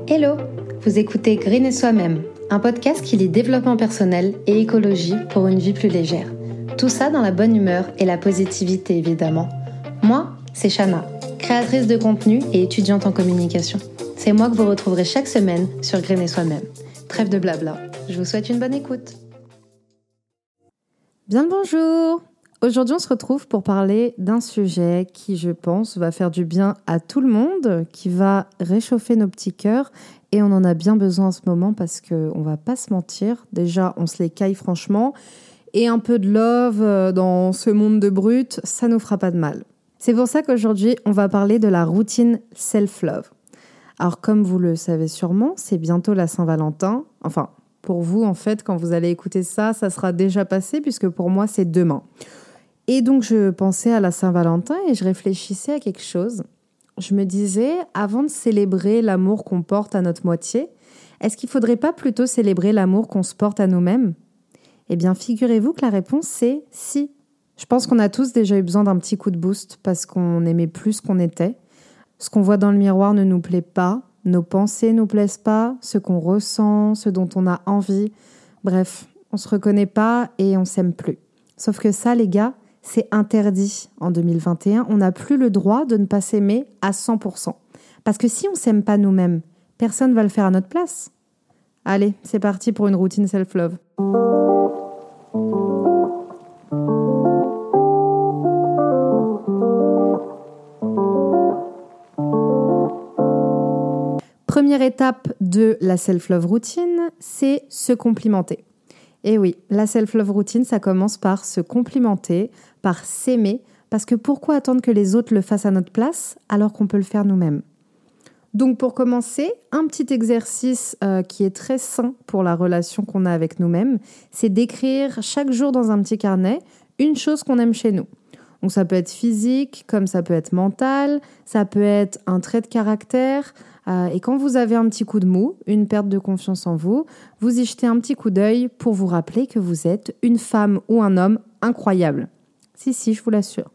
Hello, vous écoutez Green et Soi-même, un podcast qui lie développement personnel et écologie pour une vie plus légère. Tout ça dans la bonne humeur et la positivité évidemment. Moi, c'est Shana, créatrice de contenu et étudiante en communication. C'est moi que vous retrouverez chaque semaine sur Green et Soi-même. Trêve de blabla, je vous souhaite une bonne écoute. Bien le bonjour! Aujourd'hui, on se retrouve pour parler d'un sujet qui, je pense, va faire du bien à tout le monde, qui va réchauffer nos petits cœurs et on en a bien besoin en ce moment parce qu'on va pas se mentir. Déjà, on se les caille franchement et un peu de love dans ce monde de brut, ça nous fera pas de mal. C'est pour ça qu'aujourd'hui, on va parler de la routine self-love. Alors, comme vous le savez sûrement, c'est bientôt la Saint-Valentin. Enfin, pour vous, en fait, quand vous allez écouter ça, ça sera déjà passé puisque pour moi, c'est demain. Et donc, je pensais à la Saint-Valentin et je réfléchissais à quelque chose. Je me disais, avant de célébrer l'amour qu'on porte à notre moitié, est-ce qu'il ne faudrait pas plutôt célébrer l'amour qu'on se porte à nous-mêmes ? Eh bien, figurez-vous que la réponse, c'est si. Je pense qu'on a tous déjà eu besoin d'un petit coup de boost parce qu'on aimait plus ce qu'on était. Ce qu'on voit dans le miroir ne nous plaît pas, nos pensées ne nous plaisent pas, ce qu'on ressent, ce dont on a envie. Bref, on ne se reconnaît pas et on ne s'aime plus. Sauf que ça, les gars, c'est interdit en 2021. On n'a plus le droit de ne pas s'aimer à 100%. Parce que si on ne s'aime pas nous-mêmes, personne ne va le faire à notre place. Allez, c'est parti pour une routine self-love. Première étape de la self-love routine, c'est se complimenter. Et oui, la self-love routine, ça commence par se complimenter, par s'aimer, parce que pourquoi attendre que les autres le fassent à notre place alors qu'on peut le faire nous-mêmes ? Donc pour commencer, un petit exercice qui est très sain pour la relation qu'on a avec nous-mêmes, c'est d'écrire chaque jour dans un petit carnet une chose qu'on aime chez nous. Donc ça peut être physique, comme ça peut être mental, ça peut être un trait de caractère. Et quand vous avez un petit coup de mou, une perte de confiance en vous, vous y jetez un petit coup d'œil pour vous rappeler que vous êtes une femme ou un homme incroyable. Si, je vous l'assure.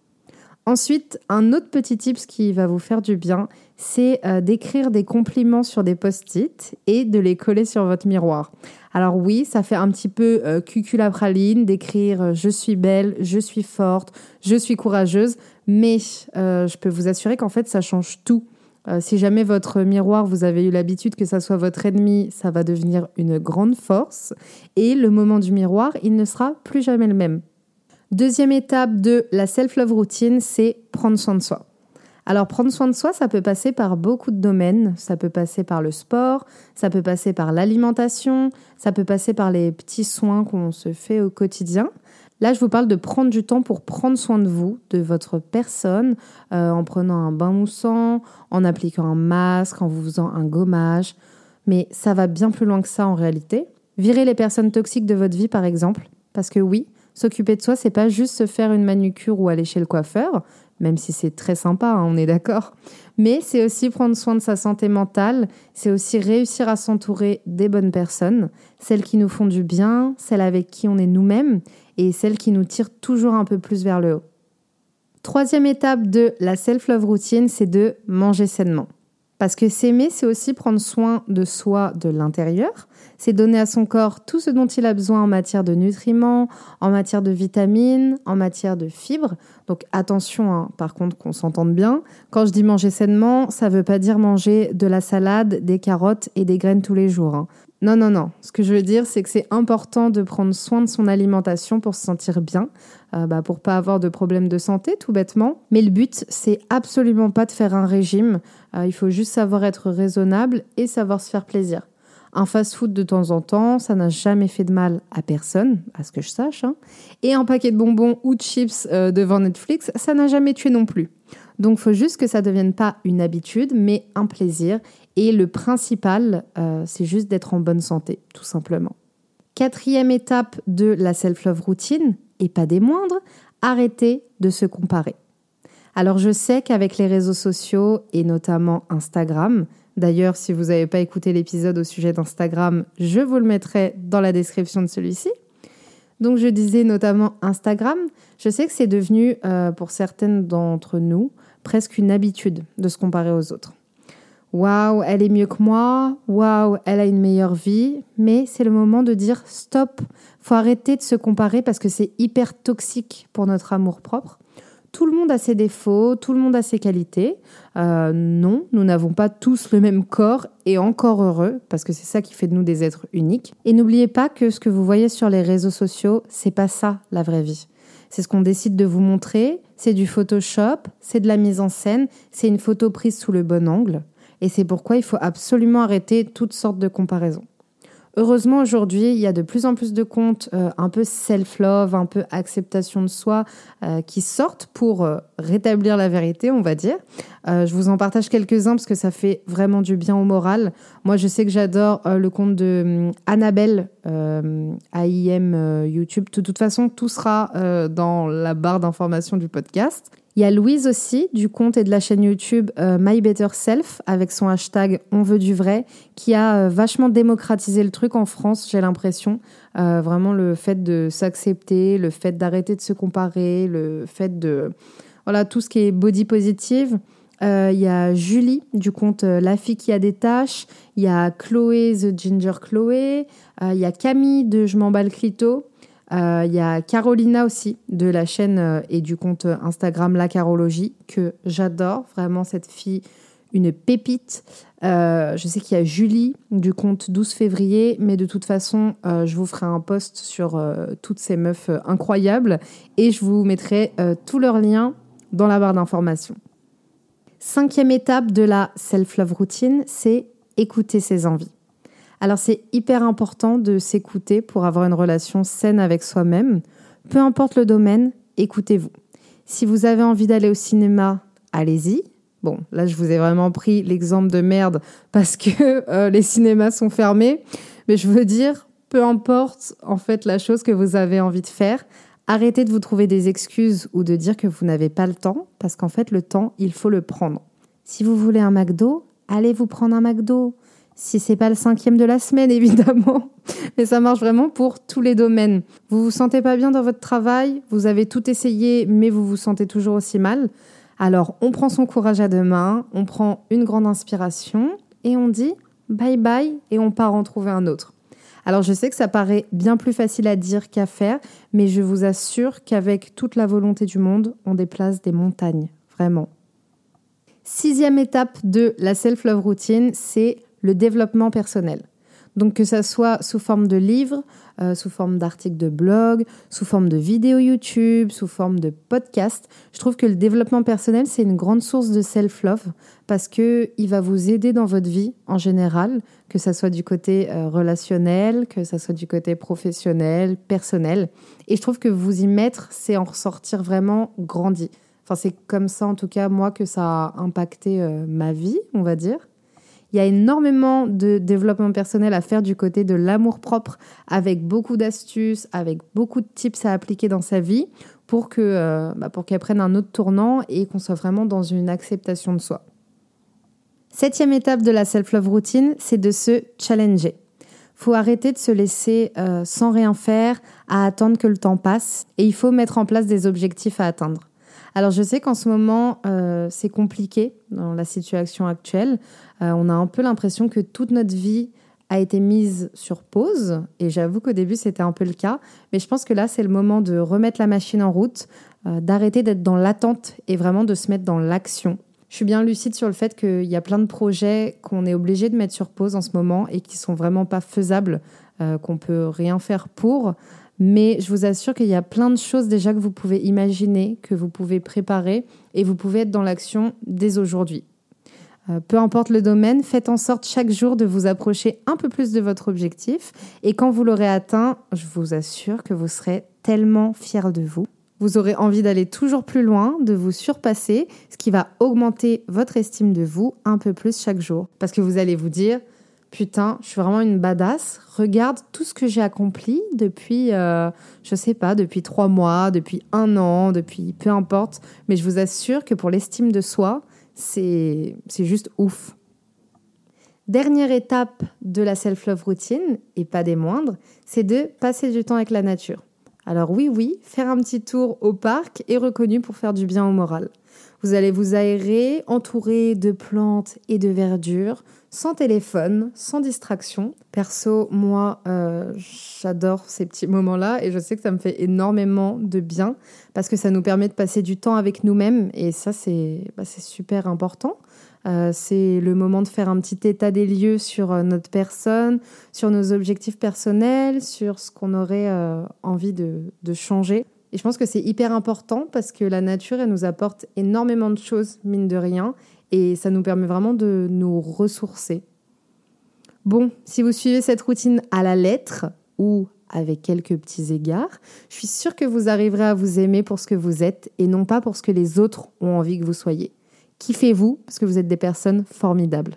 Ensuite, un autre petit tips qui va vous faire du bien, c'est d'écrire des compliments sur des post-it et de les coller sur votre miroir. Alors oui, ça fait un petit peu cuculapraline d'écrire « je suis belle, je suis forte, je suis courageuse », mais je peux vous assurer qu'en fait, ça change tout. Si jamais votre miroir, vous avez eu l'habitude que ça soit votre ennemi, ça va devenir une grande force. Et le moment du miroir, il ne sera plus jamais le même. Deuxième étape de la self-love routine, c'est prendre soin de soi. Alors prendre soin de soi, ça peut passer par beaucoup de domaines. Ça peut passer par le sport, ça peut passer par l'alimentation, ça peut passer par les petits soins qu'on se fait au quotidien. Là, je vous parle de prendre du temps pour prendre soin de vous, de votre personne, en prenant un bain moussant, en appliquant un masque, en vous faisant un gommage. Mais ça va bien plus loin que ça en réalité. Virez les personnes toxiques de votre vie, par exemple. Parce que oui, s'occuper de soi, c'est pas juste se faire une manucure ou aller chez le coiffeur, même si c'est très sympa, on est d'accord. Mais c'est aussi prendre soin de sa santé mentale, c'est aussi réussir à s'entourer des bonnes personnes, celles qui nous font du bien, celles avec qui on est nous-mêmes et celles qui nous tirent toujours un peu plus vers le haut. Troisième étape de la self-love routine, c'est de manger sainement. Parce que s'aimer, c'est aussi prendre soin de soi de l'intérieur. C'est donner à son corps tout ce dont il a besoin en matière de nutriments, en matière de vitamines, en matière de fibres. Donc attention, par contre, qu'on s'entende bien. Quand je dis manger sainement, ça ne veut pas dire manger de la salade, des carottes et des graines tous les jours. Non. Ce que je veux dire, c'est que c'est important de prendre soin de son alimentation pour se sentir bien, pour pas avoir de problèmes de santé, tout bêtement. Mais le but, c'est absolument pas de faire un régime. Il faut juste savoir être raisonnable et savoir se faire plaisir. Un fast-food de temps en temps, ça n'a jamais fait de mal à personne, à ce que je sache. Et un paquet de bonbons ou de chips devant Netflix, ça n'a jamais tué non plus. Donc, il faut juste que ça ne devienne pas une habitude, mais un plaisir. Et le principal, c'est juste d'être en bonne santé, tout simplement. Quatrième étape de la self-love routine, et pas des moindres, arrêter de se comparer. Alors, je sais qu'avec les réseaux sociaux, et notamment Instagram, d'ailleurs, si vous n'avez pas écouté l'épisode au sujet d'Instagram, je vous le mettrai dans la description de celui-ci. Donc, je disais notamment Instagram. Je sais que c'est devenu, pour certaines d'entre nous, presque une habitude de se comparer aux autres. waouh, elle est mieux que moi, waouh, elle a une meilleure vie, mais c'est le moment de dire stop, faut arrêter de se comparer parce que c'est hyper toxique pour notre amour-propre. Tout le monde a ses défauts, tout le monde a ses qualités. Non, nous n'avons pas tous le même corps et encore heureux, parce que c'est ça qui fait de nous des êtres uniques. Et n'oubliez pas que ce que vous voyez sur les réseaux sociaux, c'est pas ça la vraie vie. C'est ce qu'on décide de vous montrer, c'est du Photoshop, c'est de la mise en scène, c'est une photo prise sous le bon angle. Et c'est pourquoi il faut absolument arrêter toutes sortes de comparaisons. Heureusement, aujourd'hui, il y a de plus en plus de comptes un peu self-love, un peu acceptation de soi qui sortent pour rétablir la vérité, on va dire. Je vous en partage quelques-uns parce que ça fait vraiment du bien au moral. Moi, je sais que j'adore le compte de Annabelle, AIM YouTube. De toute façon, tout sera dans la barre d'information du podcast. Il y a Louise aussi, du compte et de la chaîne YouTube My Better Self, avec son hashtag On veut du vrai, qui a vachement démocratisé le truc en France, j'ai l'impression. Vraiment le fait de s'accepter, le fait d'arrêter de se comparer, le fait de... Voilà, tout ce qui est body positive. Il y a Julie, du compte La fille qui a des tâches. Il y a Chloé, The Ginger Chloé. Il y a Camille de Je m'emballe clito. Il y a Carolina aussi, de la chaîne et du compte Instagram La Carologie, que j'adore. Vraiment, cette fille, une pépite. Je sais qu'il y a Julie, du compte 12 février, mais de toute façon, je vous ferai un post sur toutes ces meufs incroyables et je vous mettrai tous leurs liens dans la barre d'informations. 5e étape de la self-love routine, c'est écouter ses envies. Alors c'est hyper important de s'écouter pour avoir une relation saine avec soi-même. Peu importe le domaine, écoutez-vous. Si vous avez envie d'aller au cinéma, allez-y. Bon, là je vous ai vraiment pris l'exemple de merde parce que les cinémas sont fermés. Mais je veux dire, peu importe en fait la chose que vous avez envie de faire, arrêtez de vous trouver des excuses ou de dire que vous n'avez pas le temps parce qu'en fait le temps, il faut le prendre. Si vous voulez un McDo, allez vous prendre un McDo. Si c'est pas le 5e de la semaine, évidemment. Mais ça marche vraiment pour tous les domaines. Vous vous sentez pas bien dans votre travail, vous avez tout essayé, mais vous vous sentez toujours aussi mal. Alors, on prend son courage à deux mains, on prend une grande inspiration et on dit bye bye et on part en trouver un autre. Alors, je sais que ça paraît bien plus facile à dire qu'à faire, mais je vous assure qu'avec toute la volonté du monde, on déplace des montagnes. Vraiment. 6e étape de la self-love routine, c'est le développement personnel. Donc que ça soit sous forme de livres, sous forme d'articles de blog, sous forme de vidéos YouTube, sous forme de podcast, je trouve que le développement personnel, c'est une grande source de self-love parce qu'il va vous aider dans votre vie en général, que ça soit du côté relationnel, que ça soit du côté professionnel, personnel. Et je trouve que vous y mettre, c'est en ressortir vraiment grandi. Enfin, c'est comme ça, en tout cas, moi, que ça a impacté ma vie, on va dire. Il y a énormément de développement personnel à faire du côté de l'amour-propre, avec beaucoup d'astuces, avec beaucoup de tips à appliquer dans sa vie pour qu'elle prenne un autre tournant et qu'on soit vraiment dans une acceptation de soi. 7e étape de la self-love routine, c'est de se challenger. Faut arrêter de se laisser sans rien faire, à attendre que le temps passe, et il faut mettre en place des objectifs à atteindre. Alors je sais qu'en ce moment, c'est compliqué dans la situation actuelle. On a un peu l'impression que toute notre vie a été mise sur pause. Et j'avoue qu'au début, c'était un peu le cas. Mais je pense que là, c'est le moment de remettre la machine en route, d'arrêter d'être dans l'attente et vraiment de se mettre dans l'action. Je suis bien lucide sur le fait qu'il y a plein de projets qu'on est obligé de mettre sur pause en ce moment et qui sont vraiment pas faisables, qu'on peut rien faire pour. Mais je vous assure qu'il y a plein de choses déjà que vous pouvez imaginer, que vous pouvez préparer et vous pouvez être dans l'action dès aujourd'hui. Peu importe le domaine, faites en sorte chaque jour de vous approcher un peu plus de votre objectif. Et quand vous l'aurez atteint, je vous assure que vous serez tellement fiers de vous. Vous aurez envie d'aller toujours plus loin, de vous surpasser, ce qui va augmenter votre estime de vous un peu plus chaque jour. Parce que vous allez vous dire... Putain, je suis vraiment une badass. Regarde tout ce que j'ai accompli depuis, depuis 3 mois, depuis 1 an, depuis peu importe. Mais je vous assure que pour l'estime de soi, c'est juste ouf. Dernière étape de la self-love routine, et pas des moindres, c'est de passer du temps avec la nature. Alors oui, faire un petit tour au parc est reconnu pour faire du bien au moral. Vous allez vous aérer, entouré de plantes et de verdure, sans téléphone, sans distraction. Perso, moi, j'adore ces petits moments-là et je sais que ça me fait énormément de bien parce que ça nous permet de passer du temps avec nous-mêmes et ça, c'est super important. C'est le moment de faire un petit état des lieux sur notre personne, sur nos objectifs personnels, sur ce qu'on aurait envie de changer. Et je pense que c'est hyper important parce que la nature, elle nous apporte énormément de choses, mine de rien, et ça nous permet vraiment de nous ressourcer. Bon, si vous suivez cette routine à la lettre ou avec quelques petits égards, je suis sûre que vous arriverez à vous aimer pour ce que vous êtes et non pas pour ce que les autres ont envie que vous soyez. Kiffez-vous parce que vous êtes des personnes formidables.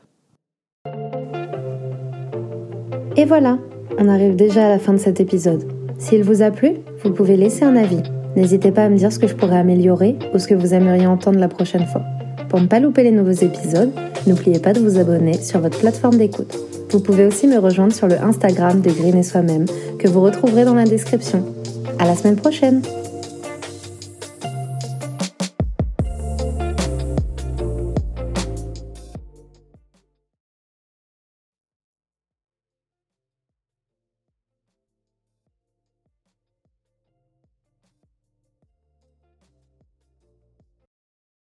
Et voilà, on arrive déjà à la fin de cet épisode. S'il vous a plu, vous pouvez laisser un avis. N'hésitez pas à me dire ce que je pourrais améliorer ou ce que vous aimeriez entendre la prochaine fois. Pour ne pas louper les nouveaux épisodes, n'oubliez pas de vous abonner sur votre plateforme d'écoute. Vous pouvez aussi me rejoindre sur le Instagram de Green et Soi-même que vous retrouverez dans la description. À la semaine prochaine!